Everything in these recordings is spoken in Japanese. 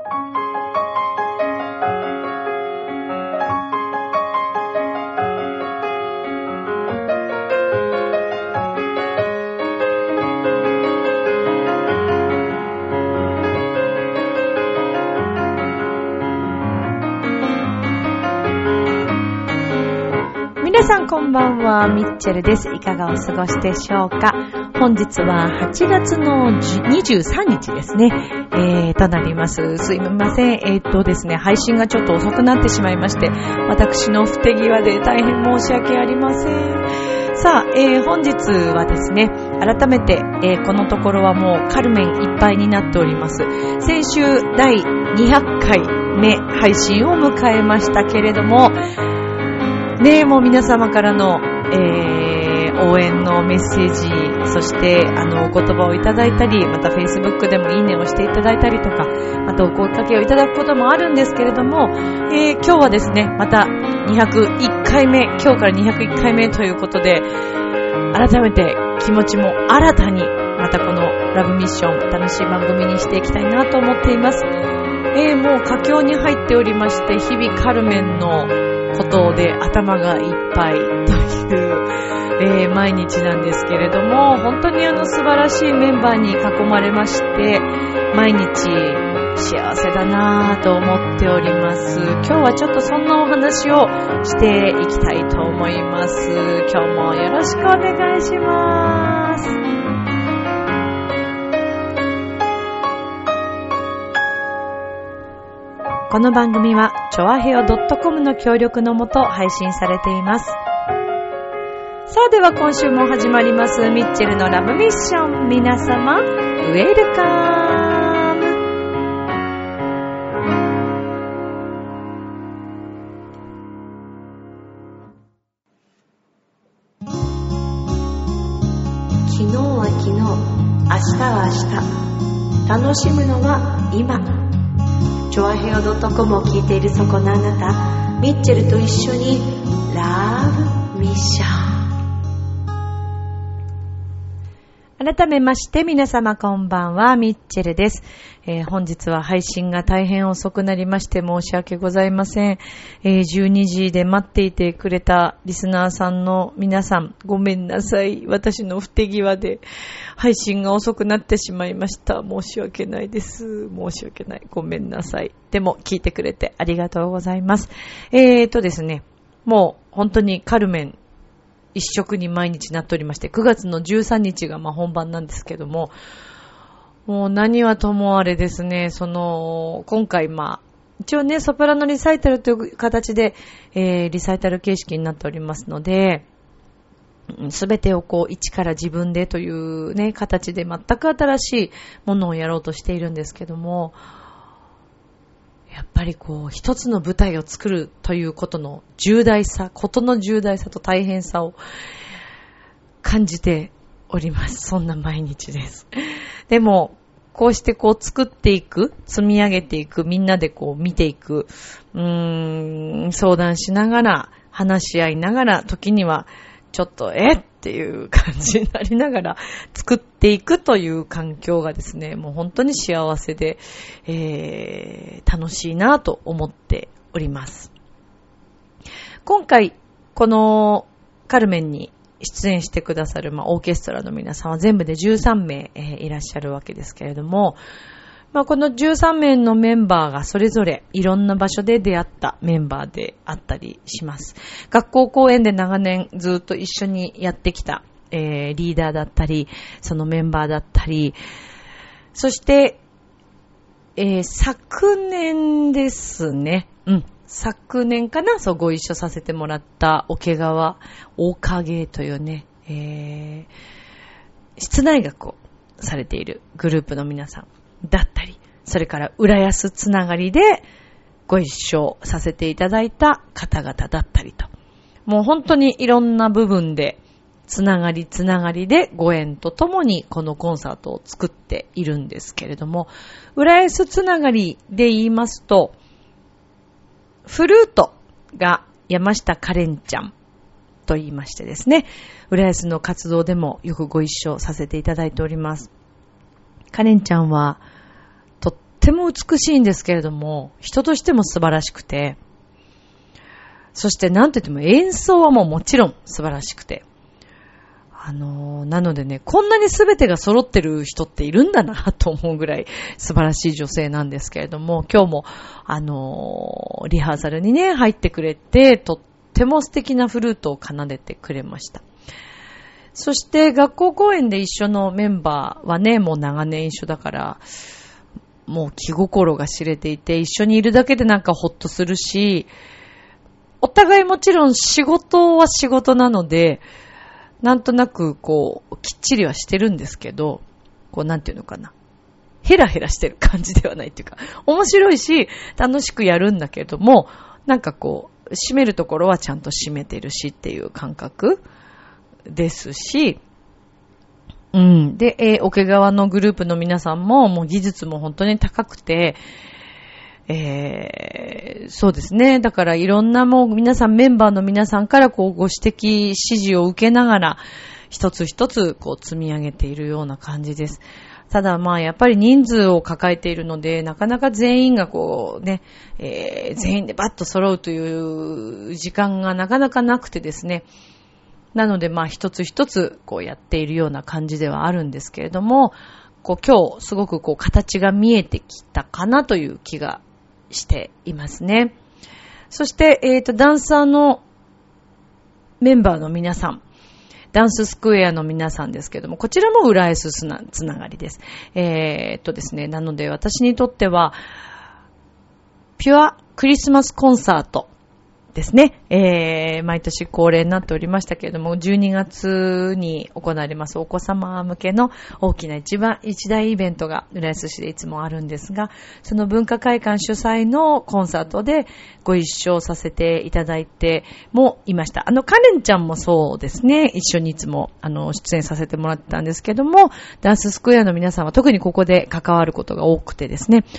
皆さんこんばんは、ミッチェルです。いかがお過ごしでしょうか。本日は8月の23日ですね、となります。すいません。ですね、配信がちょっと遅くなってしまいまして、私の不手際で大変申し訳ありません。さあ、本日はですね、改めて、このところはもうカルメンいっぱいになっております。先週第200回目配信を迎えましたけれども、ねえ、もう皆様からの、応援のメッセージ、そしてお言葉をいただいたり、また Facebook でもいいねをしていただいたりとか、またお声かけをいただくこともあるんですけれども、今日はですね、また201回目、今日から201回目ということで、改めて気持ちも新たに、またこのラブミッション、楽しい番組にしていきたいなと思っています。もう佳境に入っておりまして、日々カルメンのことで頭がいっぱいという、毎日なんですけれども、本当に素晴らしいメンバーに囲まれまして、毎日幸せだなぁと思っております。今日はちょっとそんなお話をしていきたいと思います。今日もよろしくお願いします。この番組はチョアヘオ .com の協力のもと配信されています。さあ、では今週も始まりますミッチェルのラブミッション。皆様ウェルカム。昨日は昨日、明日は明日、楽しむのは今。チョアヘオ .com を聞いているそこのあなた、ミッチェルと一緒にラブミッション。改めまして皆様こんばんは、ミッチェルです。本日は配信が大変遅くなりまして申し訳ございません。12時で待っていてくれたリスナーさんの皆さん、ごめんなさい。私の不手際で配信が遅くなってしまいました。申し訳ないです。申し訳ない。ごめんなさい。でも聞いてくれてありがとうございます。ですね、もう本当にカルメン一色に毎日なっておりまして、9月の13日が本番なんですけども、もう何はともあれですね、今回一応ね、ソプラノリサイタルという形で、リサイタル形式になっておりますので、すべてを一から自分でというね、形で全く新しいものをやろうとしているんですけども、やっぱり一つの舞台を作るということの重大さ、ことの重大さと大変さを感じております。そんな毎日です。でも、こうして作っていく、積み上げていく、みんなで見ていく、相談しながら、話し合いながら、時にはちょっとっていう感じになりながら作っていくという環境がですね、もう本当に幸せで、楽しいなと思っております。今回このカルメンに出演してくださる、オーケストラの皆さんは全部で13名、いらっしゃるわけですけれども、この13名のメンバーがそれぞれいろんな場所で出会ったメンバーであったりします。学校公演で長年ずっと一緒にやってきた、リーダーだったり、そのメンバーだったり、そして、昨年ですね。昨年かな、ご一緒させてもらった桶川大影というね、室内楽をされているグループの皆さんだったり、それから浦安つながりでご一緒させていただいた方々だったりと、もう本当にいろんな部分でつながりでご縁とともにこのコンサートを作っているんですけれども、浦安つながりで言いますと、フルートが山下カレンちゃんと言いましてですね、浦安の活動でもよくご一緒させていただいております。カレンちゃんはとってても美しいんですけれども、人としても素晴らしくて、そしてなんといっても演奏はもちろん素晴らしくて、なのでね、こんなに全てが揃ってる人っているんだなと思うぐらい素晴らしい女性なんですけれども、今日もリハーサルにね入ってくれて、とっても素敵なフルートを奏でてくれました。そして学校公演で一緒のメンバーはね、もう長年一緒だから、もう気心が知れていて、一緒にいるだけでなんかほっとするし、お互いもちろん仕事は仕事なので、なんとなくこうきっちりはしてるんですけど、こうなんていうのかな、ヘラヘラしてる感じではないっていうか、面白いし楽しくやるんだけども、なんかこう締めるところはちゃんと締めてるしっていう感覚ですし、で、桶川のグループの皆さんももう技術も本当に高くて、そうですね。だからいろんなもう皆さん、メンバーの皆さんからこうご指摘、指示を受けながら一つ一つこう積み上げているような感じです。ただまあやっぱり人数を抱えているので、なかなか全員がこうね、全員でバッと揃うという時間がなかなかなくてですね。なのでまあ一つ一つこうやっているような感じではあるんですけれども、こう今日すごくこう形が見えてきたかなという気がしていますね。そして、ダンサーのメンバーの皆さん、ダンススクエアの皆さんですけども、こちらも浦安つながりです。ですね、なので私にとっては、ピュアクリスマスコンサートですね。毎年恒例になっておりましたけれども、12月に行われますお子様向けの大きな一大イベントが浦安市でいつもあるんですが、その文化会館主催のコンサートでご一緒させていただいてもいました。カレンちゃんもそうですね。一緒にいつも出演させてもらってたんですけども、ダンススクエアの皆さんは特にここで関わることが多くてですね。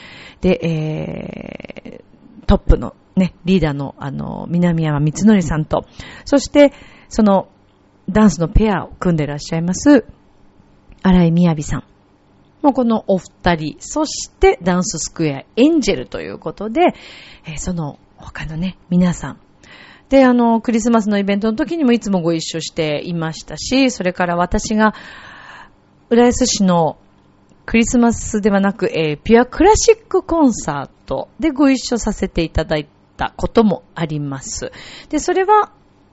で、トップのね、リーダーの南山光則さんと、そしてそのダンスのペアを組んでいらっしゃいます新井みやびさんもうこのお二人、そしてダンススクエアエンジェルということで、その他のね皆さんでクリスマスのイベントの時にもいつもご一緒していましたし、それから私が浦安市のクリスマスではなく、ピュアクラシックコンサートでご一緒させていただいたこともあります。で、それは、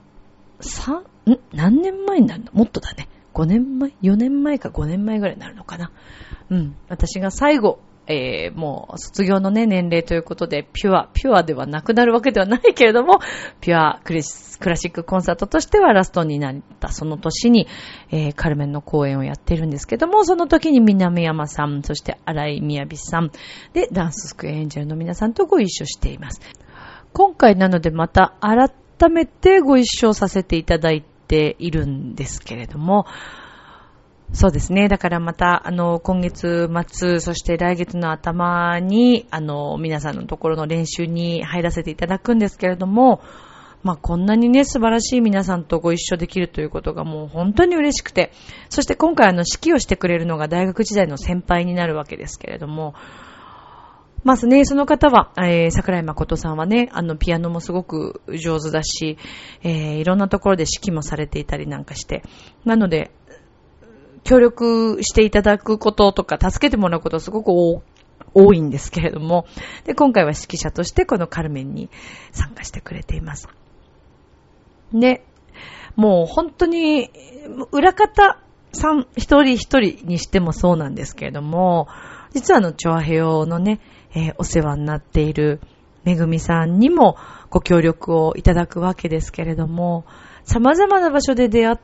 何年前になるの？もっとだね。5年前 ?4 年前か5年前ぐらいになるのかな。私が最後、もう卒業のね、年齢ということで、ピュアではなくなるわけではないけれども、ピュアクラシックコンサートとしてはラストになったその年に、カルメンの公演をやってるんですけども、その時に南山さん、そして新井みやびさんで、ダンススクエアエンジェルの皆さんとご一緒しています。今回なのでまた改めてご一緒させていただいているんですけれども、そうですね。だからまた、今月末、そして来月の頭に、皆さんのところの練習に入らせていただくんですけれども、こんなにね、素晴らしい皆さんとご一緒できるということがもう本当に嬉しくて、そして今回指揮をしてくれるのが大学時代の先輩になるわけですけれども、まずね、その方は、桜井誠さんはね、ピアノもすごく上手だし、いろんなところで指揮もされていたりなんかして、なので、協力していただくこととか、助けてもらうことすごく多いんですけれども、で、今回は指揮者としてこのカルメンに参加してくれています。で、もう本当に、裏方さん一人一人にしてもそうなんですけれども、実はチョアヘヨのね、お世話になっているめぐみさんにもご協力をいただくわけですけれども、様々な場所で出会って、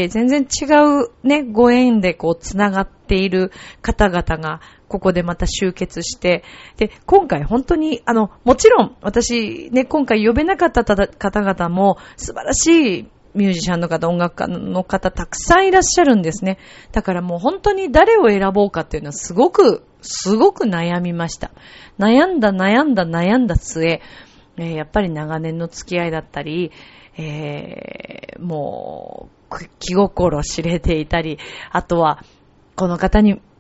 全然違うね、ご縁でつながっている方々が、ここでまた集結して、で、今回本当に、もちろん、私ね、今回呼べなかった方々も、素晴らしいミュージシャンの方、音楽家の方、たくさんいらっしゃるんですね。だからもう本当に誰を選ぼうかっていうのはすごく悩みました。悩んだ末、やっぱり長年の付き合いだったり、もう気心知れていたり、あとはこの方に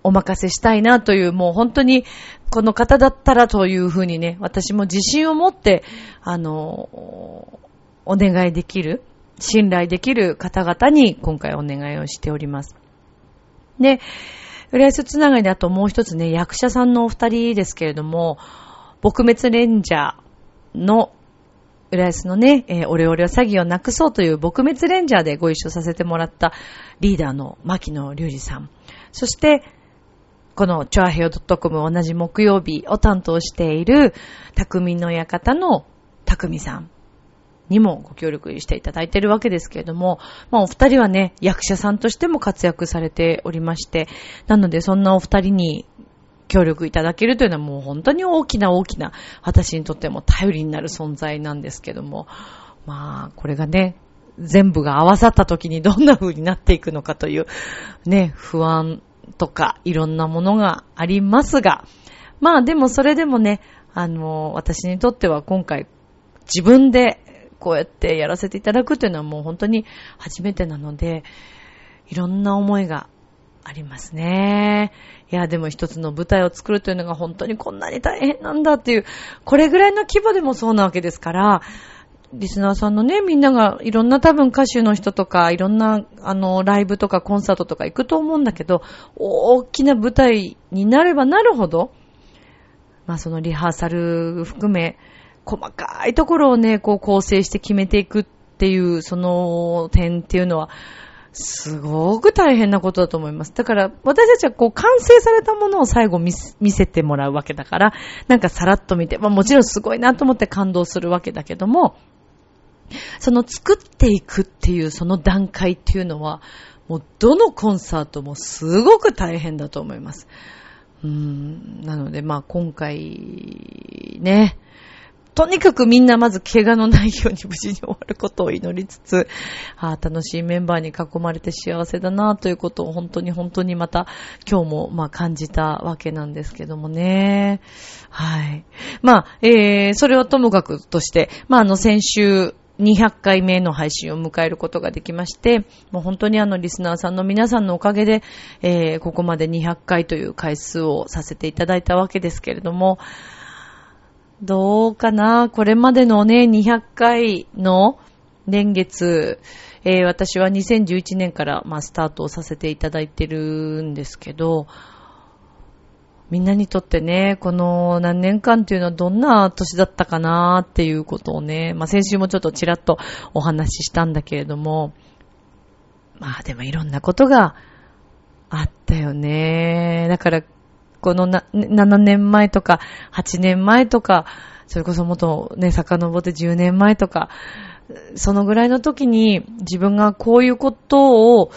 お任せしたいなという、もう本当にこの方だったらというふうにね、私も自信を持って、お願いできる、信頼できる方々に今回お願いをしております。で、浦安つながりであともう一つね、役者さんのお二人ですけれども、撲滅レンジャーの浦安のね、オレオレ詐欺をなくそうという撲滅レンジャーでご一緒させてもらったリーダーの牧野隆二さん。そして、このチョアヘヨ .com 同じ木曜日を担当している匠の館の匠さんにもご協力していただいているわけですけれども、お二人はね、役者さんとしても活躍されておりまして、なのでそんなお二人に協力いただけるというのはもう本当に大きな私にとっても頼りになる存在なんですけども、これがね、全部が合わさった時にどんな風になっていくのかというね、不安とかいろんなものがありますが、でもそれでもね、私にとっては今回自分でこうやってやらせていただくというのはもう本当に初めてなので、いろんな思いがありますね。いや、でも一つの舞台を作るというのが本当にこんなに大変なんだっていう、これぐらいの規模でもそうなわけですから、リスナーさんのね、みんながいろんな多分歌手の人とか、いろんなライブとかコンサートとか行くと思うんだけど、大きな舞台になればなるほど、そのリハーサル含め、細かいところをね、こう構成して決めていくっていう、その点っていうのは、すごく大変なことだと思います。だから私たちはこう完成されたものを最後見せてもらうわけだから、なんかさらっと見て、もちろんすごいなと思って感動するわけだけども、その作っていくっていうその段階っていうのは、もうどのコンサートもすごく大変だと思います。なので今回ね、とにかくみんなまず怪我のないように無事に終わることを祈りつつ、楽しいメンバーに囲まれて幸せだなということを本当にまた今日も感じたわけなんですけどもね。はい。それはともかくとして、先週200回目の配信を迎えることができまして、もう本当にリスナーさんの皆さんのおかげで、ここまで200回という回数をさせていただいたわけですけれども、どうかな、これまでのね、200回の年月、私は2011年からスタートをさせていただいてるんですけど、みんなにとってね、この何年間っていうのはどんな年だったかなっていうことをね、先週もちょっとちらっとお話ししたんだけれども、でもいろんなことがあったよね。だからこの7年前とか8年前とか、それこそもっとね、遡って10年前とか、そのぐらいの時に自分がこういうことを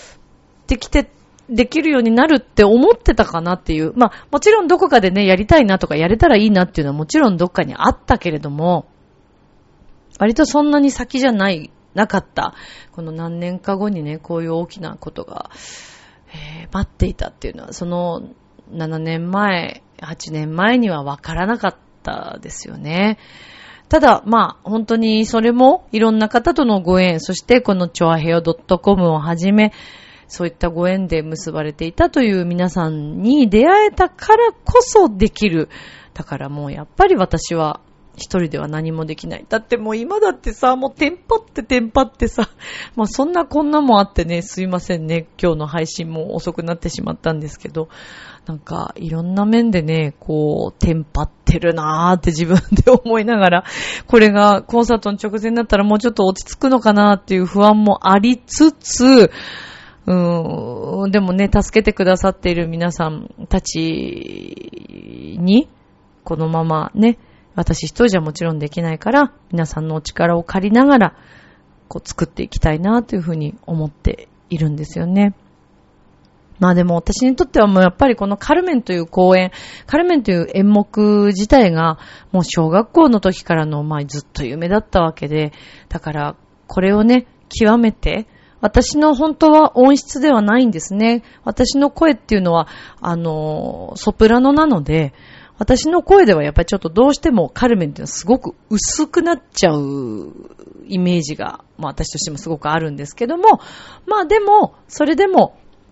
できるようになるって思ってたかなっていう。もちろんどこかでね、やりたいなとかやれたらいいなっていうのはもちろんどっかにあったけれども、割とそんなに先じゃなかった。この何年か後にね、こういう大きなことが、待っていたっていうのは、その7年前、8年前には分からなかったですよね。ただ、本当にそれもいろんな方とのご縁、そしてこのチョアヘヨ .com をはじめ、そういったご縁で結ばれていたという皆さんに出会えたからこそできる。だからもうやっぱり私は一人では何もできない。だってもう今だってさ、もうテンパってさ、そんなこんなもあってね、すいませんね。今日の配信も遅くなってしまったんですけど、なんかいろんな面でね、こうテンパってるなーって自分で思いながら、これがコンサートの直前になったらもうちょっと落ち着くのかなっていう不安もありつつ、でもね、助けてくださっている皆さんたちに、このままね、私一人じゃもちろんできないから、皆さんのお力を借りながら、こう作っていきたいなというふうに思っているんですよね。でも私にとってはもうやっぱりこのカルメンという公演、カルメンという演目自体がもう小学校の時からのずっと夢だったわけで、だからこれをね、極めて、私の本当は音質ではないんですね。私の声っていうのは、ソプラノなので、私の声ではやっぱりちょっとどうしてもカルメンっていうのはすごく薄くなっちゃうイメージが、私としてもすごくあるんですけども、でも、それでも、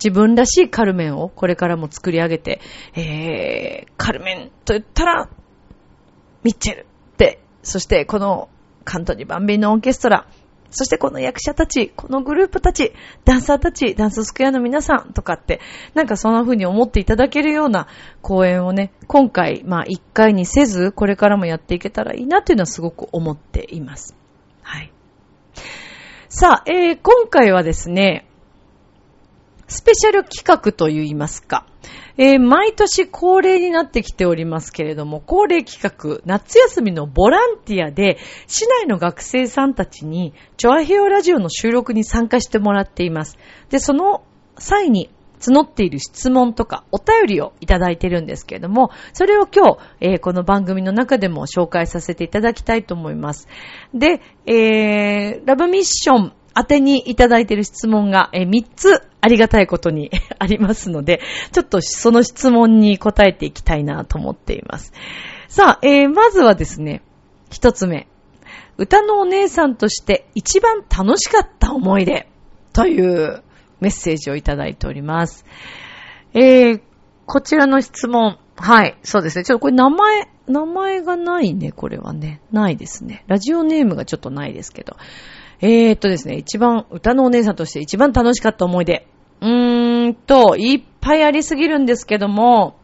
自分らしいカルメンをこれからも作り上げて、カルメンと言ったら、ミッチェルで、そしてこのカントリーバンビーノオーケストラ、そしてこの役者たち、このグループたち、ダンサーたち、ダンススクエアの皆さんとかって、なんかそんな風に思っていただけるような公演をね、今回、1回にせず、これからもやっていけたらいいなというのはすごく思っています。はい。さあ、今回はですね、スペシャル企画といいますか、毎年恒例になってきておりますけれども、恒例企画、夏休みのボランティアで、市内の学生さんたちに、チョアヘヨラジオの収録に参加してもらっています。で、その際に募っている質問とかお便りをいただいているんですけれども、それを今日、この番組の中でも紹介させていただきたいと思います。で、ラブミッション宛てにいただいている質問が3つありがたいことにありますので、ちょっとその質問に答えていきたいなと思っています。さあ、まずはですね、1つ目。歌のお姉さんとして一番楽しかった思い出というメッセージをいただいております。こちらの質問。はい、そうですね。ちょっとこれ名前がないね、これはね。ないですね。ラジオネームがちょっとないですけど。ですね、歌のお姉さんとして一番楽しかった思い出。いっぱいありすぎるんですけども、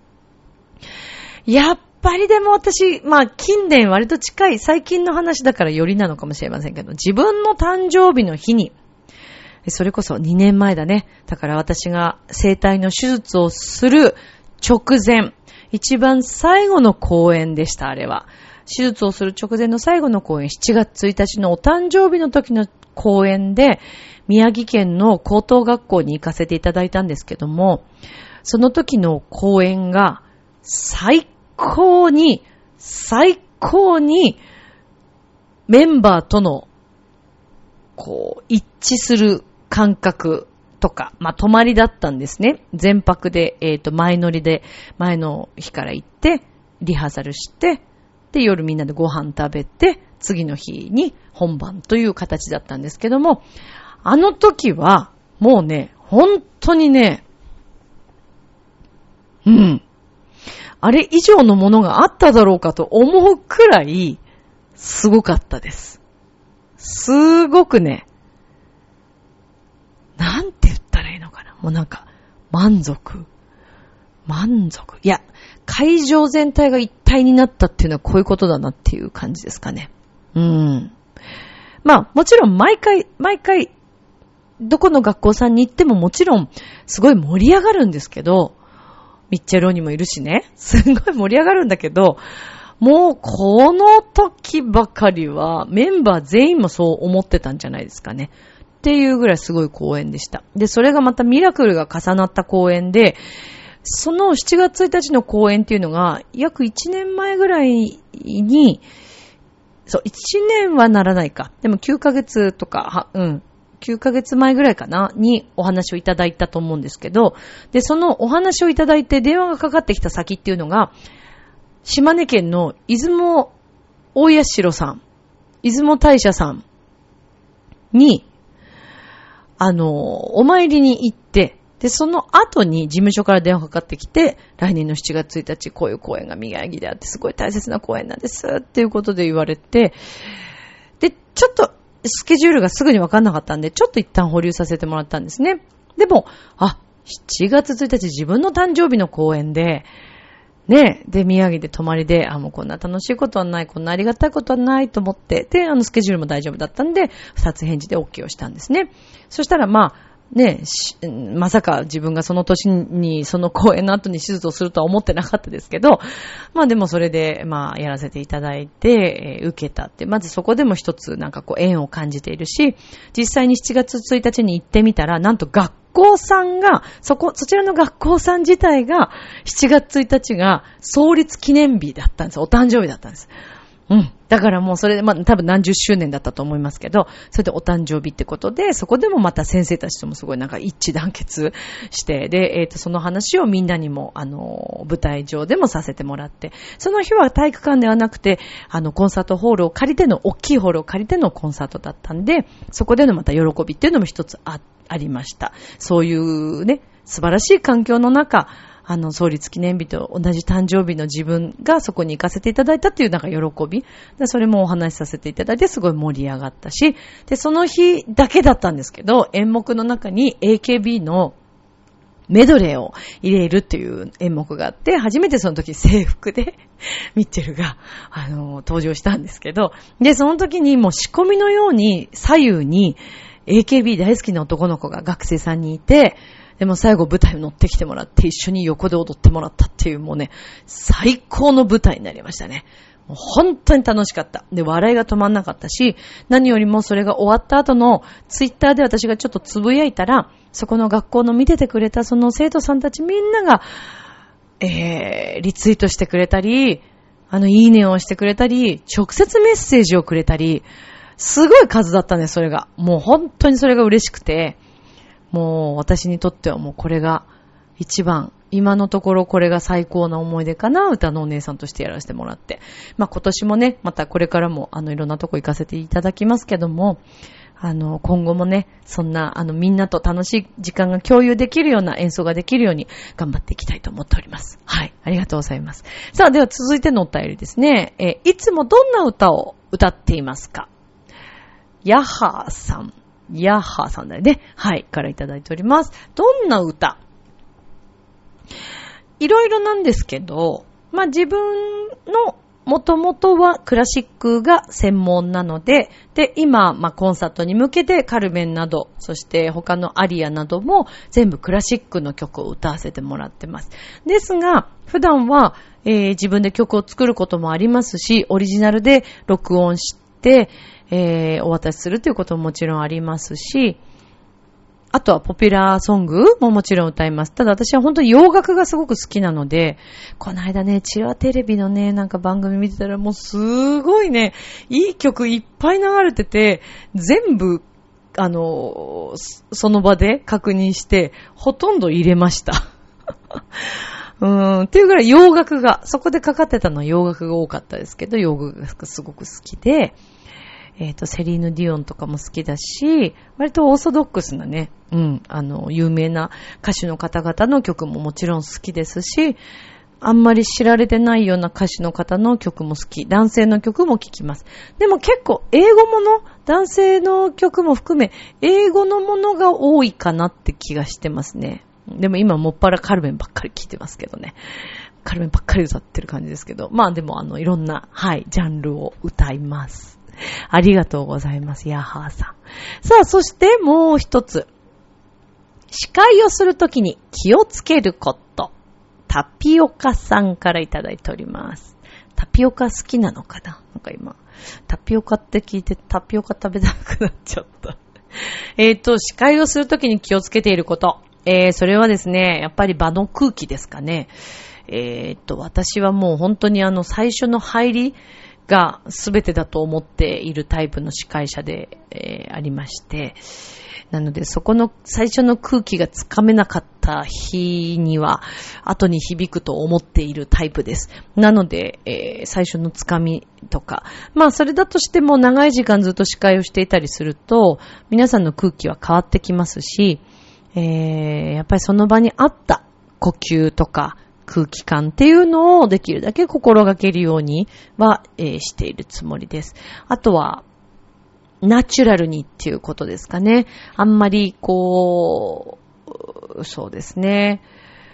やっぱりでも私、近年割と近い、最近の話だからよりなのかもしれませんけど、自分の誕生日の日に、それこそ2年前だね。だから私が声帯の手術をする直前、一番最後の公演でした、あれは。手術をする直前の最後の公演、7月1日のお誕生日の時の公演で、宮城県の高等学校に行かせていただいたんですけども、その時の公演が最高にメンバーとの一致する感覚とか、泊まりだったんですね。全泊で、前乗りで前の日から行って、リハーサルして、で、夜みんなでご飯食べて、次の日に本番という形だったんですけども、あの時は、もうね、本当にね、あれ以上のものがあっただろうかと思うくらい、すごかったです。すごくね、なんて言ったらいいのかな。もうなんか、満足。いや、会場全体が一体になったっていうのはこういうことだなっていう感じですかね。もちろん毎回、どこの学校さんに行ってももちろん、すごい盛り上がるんですけど、ミッチェロにもいるしね、すごい盛り上がるんだけど、もうこの時ばかりはメンバー全員もそう思ってたんじゃないですかね。っていうぐらいすごい公演でした。で、それがまたミラクルが重なった公演で、その7月1日の公演っていうのが、約1年前ぐらいに、1年はならないか。でも9ヶ月とか、9ヶ月前ぐらいかな、にお話をいただいたと思うんですけど、で、そのお話をいただいて電話がかかってきた先っていうのが、島根県の出雲大社さん、出雲大社さんに、お参りに行って、で、その後に事務所から電話かかってきて、来年の7月1日こういう公演が宮城であってすごい大切な公演なんですっていうことで言われて、で、ちょっとスケジュールがすぐに分かんなかったんで、ちょっと一旦保留させてもらったんですね。でも、7月1日自分の誕生日の公演で、ね、で、宮城で泊まりで、もうこんな楽しいことはない、こんなありがたいことはないと思って、で、スケジュールも大丈夫だったんで、二つ返事で OK をしたんですね。そしたら、まさか自分がその年にその公演の後に手術をするとは思ってなかったですけど、でもそれでやらせていただいて、受けたって、まずそこでも一つ縁を感じているし、実際に7月1日に行ってみたら、なんと学校さんが、そちらの学校さん自体が7月1日が創立記念日だったんです。お誕生日だったんです。 だからもうそれで、多分何十周年だったと思いますけど、それでお誕生日ってことで、そこでもまた先生たちともすごい一致団結して、で、その話をみんなにも、舞台上でもさせてもらって、その日は体育館ではなくて、コンサートホールを借りての、大きいホールを借りてのコンサートだったんで、そこでのまた喜びっていうのも一つありました。そういうね、素晴らしい環境の中、創立記念日と同じ誕生日の自分がそこに行かせていただいたっていう喜び。でそれもお話しさせていただいてすごい盛り上がったし、で、その日だけだったんですけど、演目の中に AKB のメドレーを入れるっていう演目があって、初めてその時制服でミッチェルが、登場したんですけど、で、その時にもう仕込みのように左右に AKB 大好きな男の子が学生さんにいて、でも最後舞台に乗ってきてもらって一緒に横で踊ってもらったっていうもうね、最高の舞台になりましたね。もう本当に楽しかった。で、笑いが止まんなかったし、何よりもそれが終わった後のツイッターで私がちょっとつぶやいたら、そこの学校の見ててくれたその生徒さんたちみんなが、リツイートしてくれたり、いいねをしてくれたり、直接メッセージをくれたり、すごい数だったね、それが。もう本当にそれが嬉しくて、もう私にとってはもうこれが一番、今のところこれが最高な思い出かな、歌のお姉さんとしてやらせてもらって。今年もね、またこれからもいろんなとこ行かせていただきますけども、今後もね、そんなみんなと楽しい時間が共有できるような演奏ができるように頑張っていきたいと思っております。はい、ありがとうございます。さあ、では続いてのお便りですね。いつもどんな歌を歌っていますか？ヤハーさんだよね。はい、からいただいております。どんな歌？いろいろなんですけど、自分の元々はクラシックが専門なので、で、今、コンサートに向けてカルメンなど、そして他のアリアなども全部クラシックの曲を歌わせてもらってます。ですが、普段は、自分で曲を作ることもありますし、オリジナルで録音して、お渡しするということももちろんありますし、あとはポピュラーソングももちろん歌います。ただ私は本当に洋楽がすごく好きなので、この間ね、チラテレビのね、番組見てたらもうすごいね、いい曲いっぱい流れてて、全部、その場で確認して、ほとんど入れました。っていうぐらい洋楽が、そこでかかってたのは洋楽が多かったですけど、洋楽がすごく好きで、セリーヌ・ディオンとかも好きだし、割とオーソドックスなね、有名な歌手の方々の曲ももちろん好きですし、あんまり知られてないような歌手の方の曲も好き、男性の曲も聴きます。でも結構英語もの、男性の曲も含め、英語のものが多いかなって気がしてますね。でも今もっぱらカルメンばっかり聴いてますけどね。カルメンばっかり歌ってる感じですけど、でもいろんな、ジャンルを歌います。ありがとうございます、ヤハーさん。さあ、そしてもう一つ。司会をするときに気をつけること。タピオカさんからいただいております。タピオカ好きなのかな？今、タピオカって聞いてタピオカ食べたくなっちゃった。司会をするときに気をつけていること。それはですね、やっぱり場の空気ですかね。私はもう本当に最初の入り、が全てだと思っているタイプの司会者で、ありまして、なのでそこの最初の空気がつかめなかった日には後に響くと思っているタイプです。なので、最初のつかみとか、それだとしても長い時間ずっと司会をしていたりすると皆さんの空気は変わってきますし、やっぱりその場に合った呼吸とか空気感っていうのをできるだけ心がけるようには、しているつもりです。あとはナチュラルにっていうことですかね。あんまりそうですね。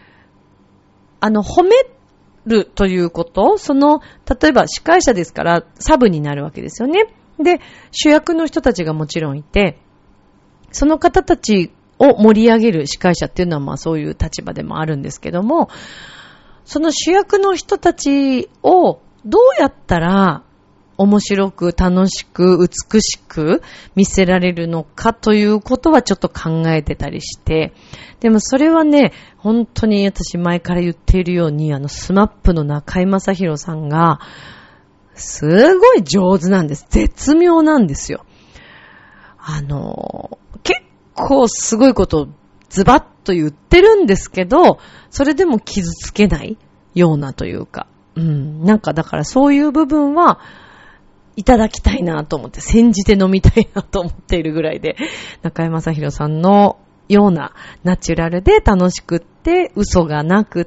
褒めるということ、例えば司会者ですからサブになるわけですよね。で、主役の人たちがもちろんいて、その方たちを盛り上げる司会者っていうのはそういう立場でもあるんですけども、その主役の人たちをどうやったら面白く楽しく美しく見せられるのかということはちょっと考えてたりして、でもそれはね、本当に私前から言っているようにスマップの中居正広さんがすごい上手なんです。絶妙なんですよ。結構すごいことをズバッと言ってるんですけど、それでも傷つけないようなというか、なんかだからそういう部分はいただきたいなと思って、煎じて飲みたいなと思っているぐらいで、中山雅宏さんのようなナチュラルで楽しくって、嘘がなくって、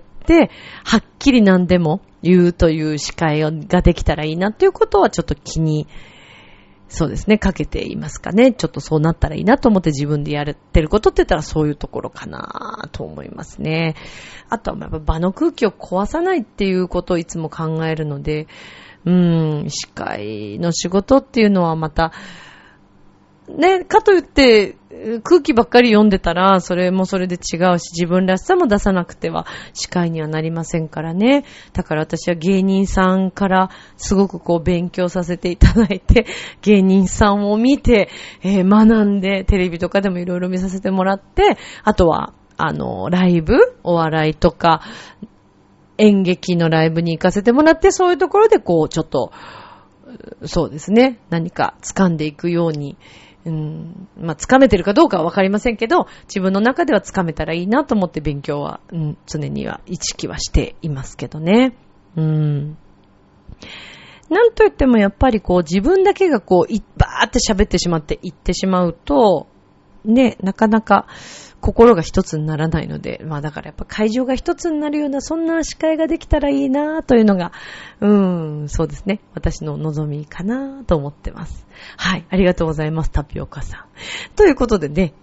はっきり何でも言うという司会ができたらいいなということはちょっとそうですね、かけていますかね。ちょっとそうなったらいいなと思って自分でやってることって言ったらそういうところかなと思いますね。あとはやっぱ場の空気を壊さないっていうことをいつも考えるので、司会の仕事っていうのはまた、ね、かといって空気ばっかり読んでたらそれもそれで違うし、自分らしさも出さなくては司会にはなりませんからね。だから私は芸人さんからすごく勉強させていただいて、芸人さんを見て、学んで、テレビとかでもいろいろ見させてもらって、あとはライブ、お笑いとか演劇のライブに行かせてもらって、そういうところでちょっとそうですね、何か掴んでいくように、掴めてるかどうかはわかりませんけど、自分の中では掴めたらいいなと思って勉強は、常には意識はしていますけどね。なんといってもやっぱり自分だけがバーって喋ってしまって言ってしまうと、ね、なかなか心が一つにならないので、だからやっぱ会場が一つになるようなそんな司会ができたらいいなというのが、そうですね、私の望みかなと思ってます。はい、ありがとうございます、タピオカさん。ということでね、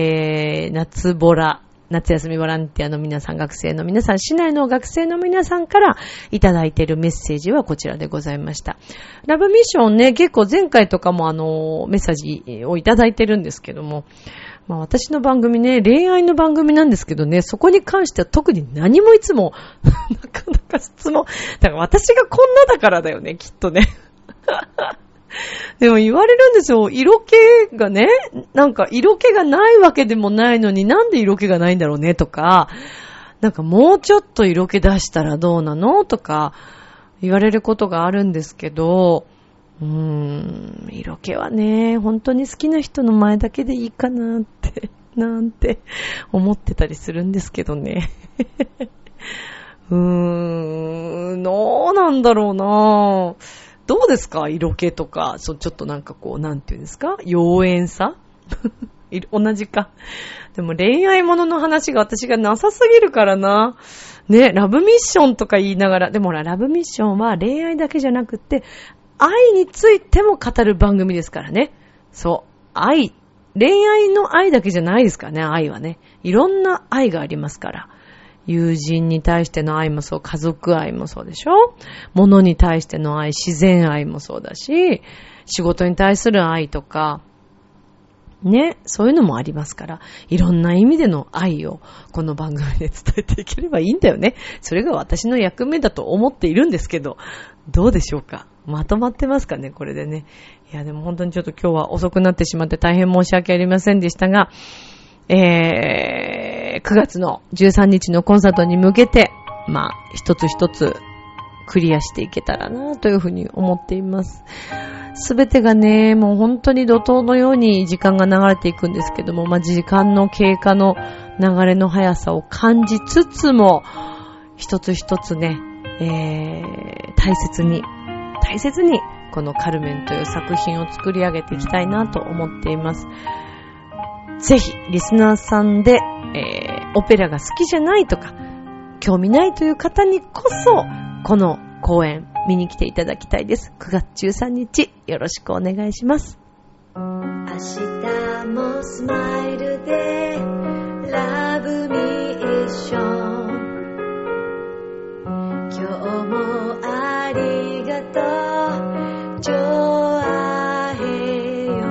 夏休みボランティアの皆さん、学生の皆さん、市内の学生の皆さんからいただいているメッセージはこちらでございました。ラブミッションね、結構前回とかもメッセージをいただいてるんですけども、私の番組ね、恋愛の番組なんですけどね、そこに関しては特に何もいつもなかなか質問、だから私がこんなだからだよね、きっとね。でも言われるんですよ。色気がね、なんか色気がないわけでもないのになんで色気がないんだろうねとか、なんかもうちょっと色気出したらどうなのとか言われることがあるんですけど、色気はね、本当に好きな人の前だけでいいかなって、なんて思ってたりするんですけどね。どうなんだろうな。どうですか？色気とか、ちょっとなんかなんていうんですか？妖艶さ同じか。でも恋愛ものの話が私がなさすぎるからな。ね、ラブミッションとか言いながら、でもラブミッションは恋愛だけじゃなくて、愛についても語る番組ですからね。そう。恋愛の愛だけじゃないですからね、愛はね。いろんな愛がありますから。友人に対しての愛もそう、家族愛もそうでしょ？物に対しての愛、自然愛もそうだし、仕事に対する愛とか、ね、そういうのもありますから、いろんな意味での愛をこの番組で伝えていければいいんだよね。それが私の役目だと思っているんですけど、どうでしょうか？まとまってますかね、これでね。いや、でも本当にちょっと今日は遅くなってしまって大変申し訳ありませんでしたが、9月の13日のコンサートに向けて、一つ一つクリアしていけたらなというふうに思っています。すべてがね、もう本当に怒涛のように時間が流れていくんですけども、時間の経過の流れの速さを感じつつも、一つ一つね、大切にこのカルメンという作品を作り上げていきたいなと思っています。ぜひリスナーさんで、オペラが好きじゃないとか興味ないという方にこそこの公演見に来ていただきたいです。9月13日よろしくお願いします。明日もスマイルでラブミッション、今日もありがとうジョアヘヨ。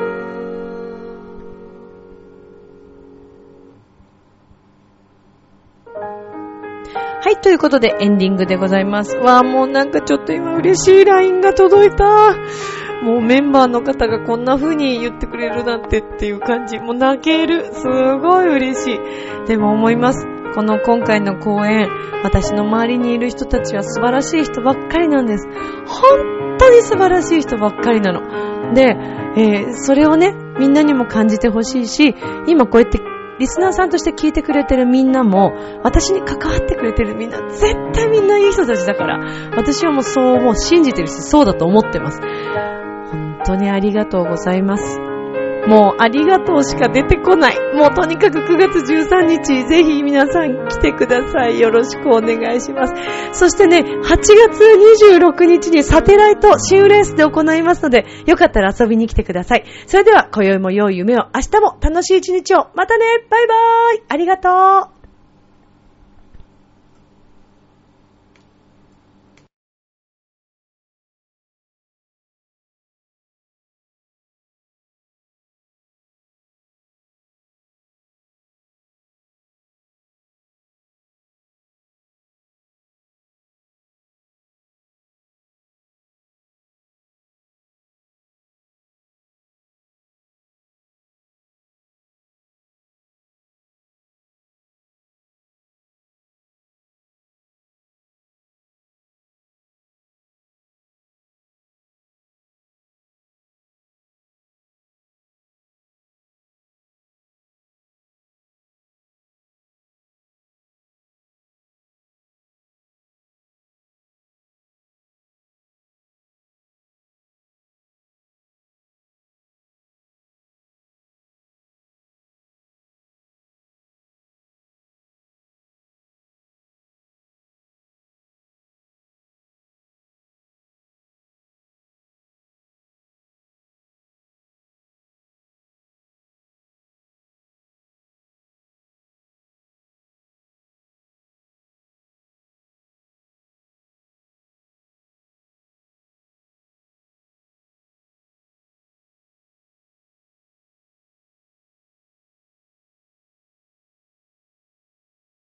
はい、ということでエンディングでございます。もうなんかちょっと今嬉しい LINE が届いた。もうメンバーの方がこんな風に言ってくれるなんてっていう感じ。もう泣ける。すごい嬉しい。でも思います。 この今回の講演、私の周りにいる人たちは素晴らしい人ばっかりなんです。本当に素晴らしい人ばっかりなの。で、それをね、みんなにも感じてほしいし、今こうやってリスナーさんとして聞いてくれてるみんなも、私に関わってくれてるみんな、絶対みんないい人たちだから、私はもうそうもう信じてるし、そうだと思ってます。本当にありがとうございます。もうありがとうしか出てこない。もうとにかく9月13日、ぜひ皆さん来てください。よろしくお願いします。そしてね、8月26日にサテライト新レースで行いますので、よかったら遊びに来てください。それでは、今宵も良い夢を、明日も楽しい一日を。またね、バイバーイ。ありがとう。